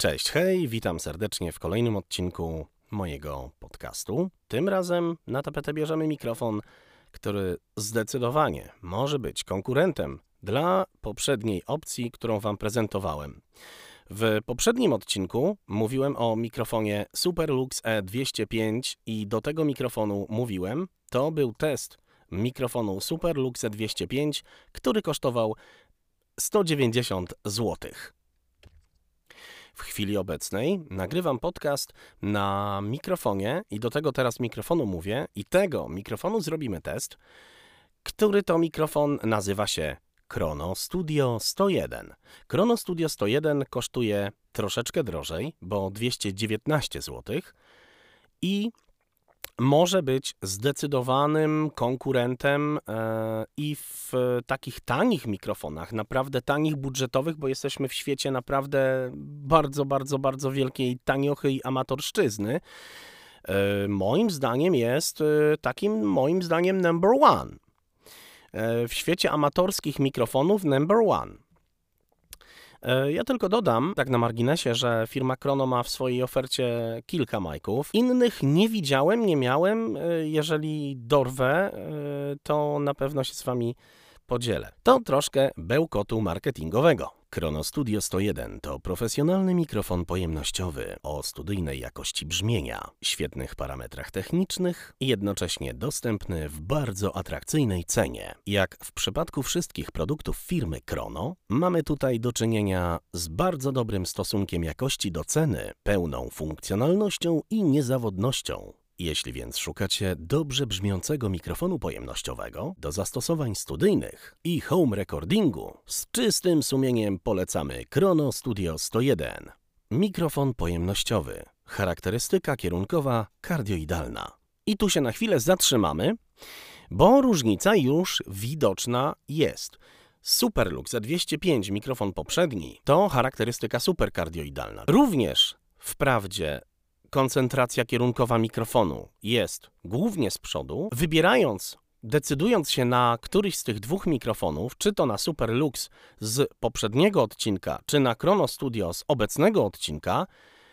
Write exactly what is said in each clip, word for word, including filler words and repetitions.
Cześć, hej, witam serdecznie w kolejnym odcinku mojego podcastu. Tym razem na tapetę bierzemy mikrofon, który zdecydowanie może być konkurentem dla poprzedniej opcji, którą Wam prezentowałem. W poprzednim odcinku mówiłem o mikrofonie Superlux E dwieście pięć i do tego mikrofonu mówiłem, to był test mikrofonu Superlux E dwieście pięć, który kosztował sto dziewięćdziesiąt złotych. W chwili obecnej nagrywam podcast na mikrofonie i do tego teraz mikrofonu mówię i tego mikrofonu zrobimy test, który to mikrofon nazywa się Chrono Studio sto jeden. Chrono Studio sto jeden kosztuje troszeczkę drożej, bo dwieście dziewiętnaście złotych i może być zdecydowanym konkurentem e, i w takich tanich mikrofonach, naprawdę tanich, budżetowych, bo jesteśmy w świecie naprawdę bardzo, bardzo, bardzo wielkiej taniochy i amatorszczyzny. E, moim zdaniem jest e, takim, moim zdaniem, number one. E, w świecie amatorskich mikrofonów number one. Ja tylko dodam, tak na marginesie, że firma Chrono ma w swojej ofercie kilka majków. Innych nie widziałem, nie miałem. Jeżeli dorwę, to na pewno się z Wami podzielę. To troszkę bełkotu marketingowego. Chrono Studio sto jeden to profesjonalny mikrofon pojemnościowy o studyjnej jakości brzmienia, świetnych parametrach technicznych i jednocześnie dostępny w bardzo atrakcyjnej cenie. Jak w przypadku wszystkich produktów firmy Chrono, mamy tutaj do czynienia z bardzo dobrym stosunkiem jakości do ceny, pełną funkcjonalnością i niezawodnością. Jeśli więc szukacie dobrze brzmiącego mikrofonu pojemnościowego do zastosowań studyjnych i home recordingu, z czystym sumieniem polecamy Chrono Studio sto jeden. Mikrofon pojemnościowy, charakterystyka kierunkowa kardioidalna. I tu się na chwilę zatrzymamy, bo różnica już widoczna jest. Superlux E dwieście pięć, mikrofon poprzedni, to charakterystyka superkardioidalna. Również wprawdzie koncentracja kierunkowa mikrofonu jest głównie z przodu. Wybierając, decydując się na któryś z tych dwóch mikrofonów, czy to na Superlux z poprzedniego odcinka, czy na Chrono Studio z obecnego odcinka,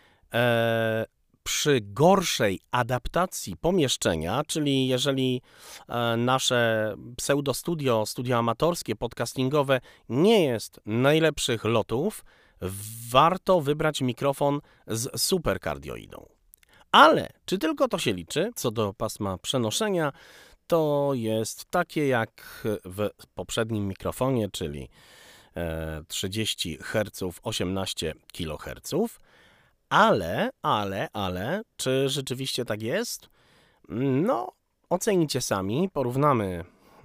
e, przy gorszej adaptacji pomieszczenia, czyli jeżeli e, nasze pseudostudio, studio amatorskie, podcastingowe nie jest najlepszych lotów, warto wybrać mikrofon z superkardioidą. Ale czy tylko to się liczy? Co do pasma przenoszenia, to jest takie jak w poprzednim mikrofonie, czyli trzydzieści herców, osiemnaście kiloherców. Ale, ale, ale, czy rzeczywiście tak jest? No, ocenicie sami, porównamy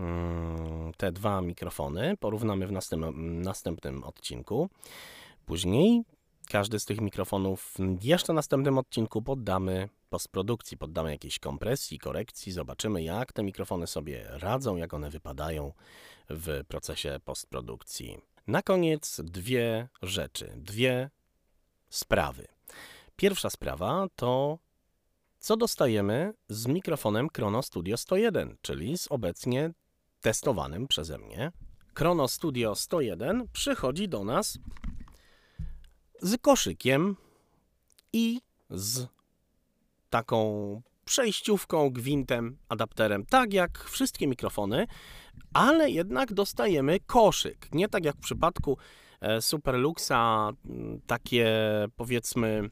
te dwa mikrofony, porównamy w następnym, następnym odcinku. Później każdy z tych mikrofonów w jeszcze następnym odcinku poddamy postprodukcji, poddamy jakiejś kompresji, korekcji, zobaczymy jak te mikrofony sobie radzą, jak one wypadają w procesie postprodukcji. Na koniec dwie rzeczy, dwie sprawy. Pierwsza sprawa to co dostajemy z mikrofonem Chrono Studio sto jeden, czyli z obecnie testowanym przeze mnie. Chrono Studio sto jeden przychodzi do nas z koszykiem i z taką przejściówką, gwintem, adapterem, tak jak wszystkie mikrofony, ale jednak dostajemy koszyk. Nie tak jak w przypadku Superluxa, takie powiedzmy,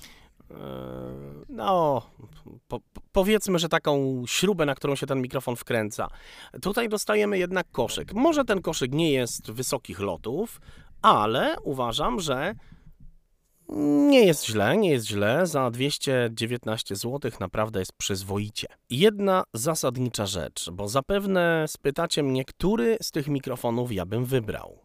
no po, powiedzmy, że taką śrubę, na którą się ten mikrofon wkręca. Tutaj dostajemy jednak koszyk. Może ten koszyk nie jest wysokich lotów, ale uważam, że nie jest źle, nie jest źle. Za dwieście dziewiętnaście złotych naprawdę jest przyzwoicie. Jedna zasadnicza rzecz, bo zapewne spytacie mnie, który z tych mikrofonów ja bym wybrał.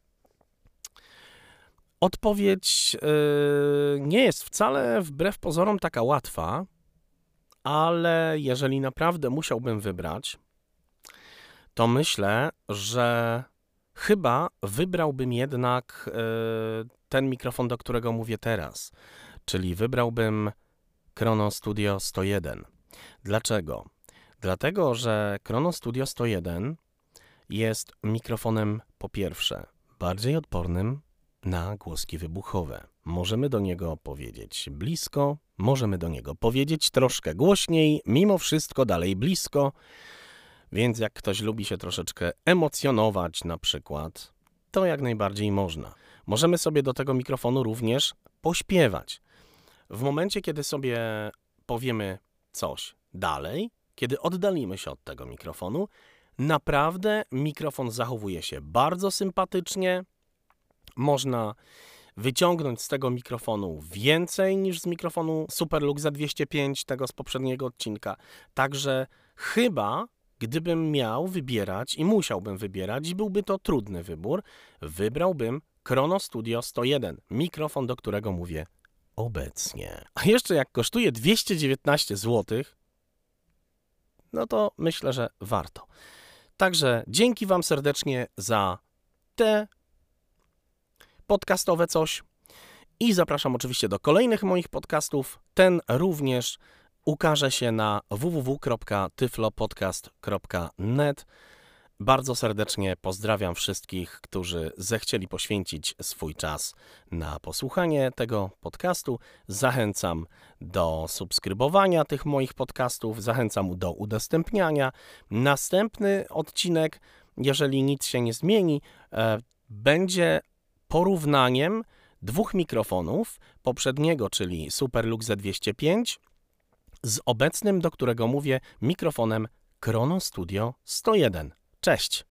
Odpowiedź yy, nie jest wcale wbrew pozorom taka łatwa, ale jeżeli naprawdę musiałbym wybrać, to myślę, że chyba wybrałbym jednak yy, ten mikrofon, do którego mówię teraz, czyli wybrałbym Chrono Studio sto jeden. Dlaczego? Dlatego, że Chrono Studio sto jeden jest mikrofonem po pierwsze bardziej odpornym na głoski wybuchowe. Możemy do niego powiedzieć blisko, możemy do niego powiedzieć troszkę głośniej, mimo wszystko dalej blisko, więc jak ktoś lubi się troszeczkę emocjonować na przykład, to jak najbardziej można. Możemy sobie do tego mikrofonu również pośpiewać. W momencie, kiedy sobie powiemy coś dalej, kiedy oddalimy się od tego mikrofonu, naprawdę mikrofon zachowuje się bardzo sympatycznie. Można wyciągnąć z tego mikrofonu więcej niż z mikrofonu Superlux Z dwieście pięć, tego z poprzedniego odcinka. Także chyba, gdybym miał wybierać i musiałbym wybierać, i byłby to trudny wybór, wybrałbym Chrono Studio sto jeden, mikrofon, do którego mówię obecnie. A jeszcze jak kosztuje dwieście dziewiętnaście złotych, no to myślę, że warto. Także dzięki Wam serdecznie za te podcastowe coś i zapraszam oczywiście do kolejnych moich podcastów. Ten również ukaże się na w w w kropka tyflopodcast kropka net. Bardzo serdecznie pozdrawiam wszystkich, którzy zechcieli poświęcić swój czas na posłuchanie tego podcastu. Zachęcam do subskrybowania tych moich podcastów, zachęcam do udostępniania. Następny odcinek, jeżeli nic się nie zmieni, będzie porównaniem dwóch mikrofonów, poprzedniego, czyli Superlux Z dwieście pięć, z obecnym, do którego mówię, mikrofonem Chrono Studio sto jeden. Cześć!